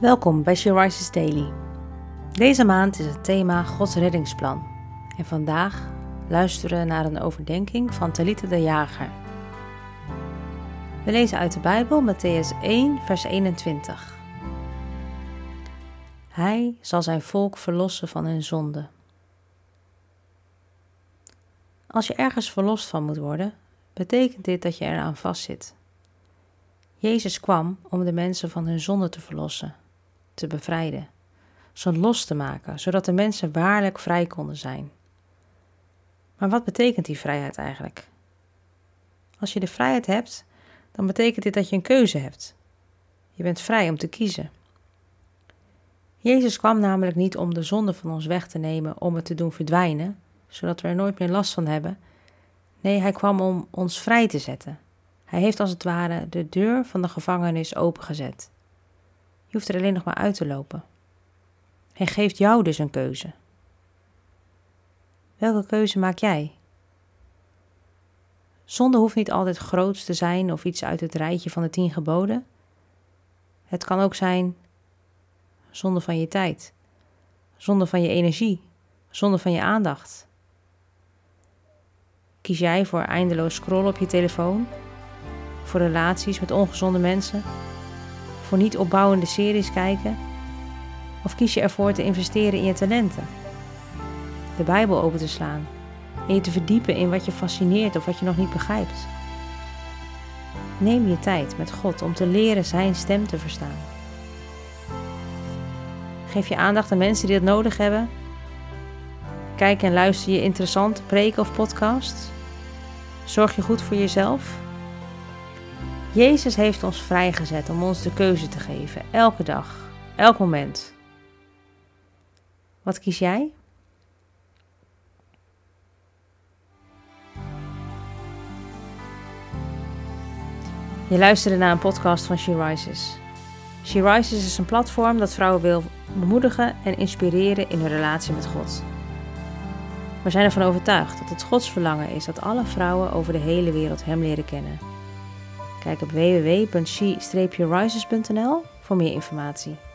Welkom bij She Rises Daily. Deze maand is het thema Gods reddingsplan. En vandaag luisteren we naar een overdenking van Talitha de Jager. We lezen uit de Bijbel Mattheüs 1 vers 21. Hij zal zijn volk verlossen van hun zonde. Als je ergens verlost van moet worden, betekent dit dat je eraan vastzit. Jezus kwam om de mensen van hun zonde te verlossen, te bevrijden, ze los te maken, zodat de mensen waarlijk vrij konden zijn. Maar wat betekent die vrijheid eigenlijk? Als je de vrijheid hebt, dan betekent dit dat je een keuze hebt. Je bent vrij om te kiezen. Jezus kwam namelijk niet om de zonde van ons weg te nemen, om het te doen verdwijnen, zodat we er nooit meer last van hebben. Nee, hij kwam om ons vrij te zetten. Hij heeft als het ware de deur van de gevangenis opengezet. Je hoeft er alleen nog maar uit te lopen. Hij geeft jou dus een keuze. Welke keuze maak jij? Zonde hoeft niet altijd groots te zijn of iets uit het rijtje van de 10 geboden. Het kan ook zijn zonde van je tijd, zonde van je energie, zonde van je aandacht. Kies jij voor eindeloos scrollen op je telefoon, voor relaties met ongezonde mensen, voor niet opbouwende series kijken? Of kies je ervoor te investeren in je talenten? De Bijbel open te slaan en je te verdiepen in wat je fascineert of wat je nog niet begrijpt. Neem je tijd met God om te leren zijn stem te verstaan. Geef je aandacht aan mensen die het nodig hebben. Kijk en luister je interessante preken of podcasts. Zorg je goed voor jezelf. Jezus heeft ons vrijgezet om ons de keuze te geven, elke dag, elk moment. Wat kies jij? Je luisterde naar een podcast van She Rises. She Rises is een platform dat vrouwen wil bemoedigen en inspireren in hun relatie met God. We zijn ervan overtuigd dat het Gods verlangen is dat alle vrouwen over de hele wereld Hem leren kennen. Kijk op www.she-rises.nl voor meer informatie.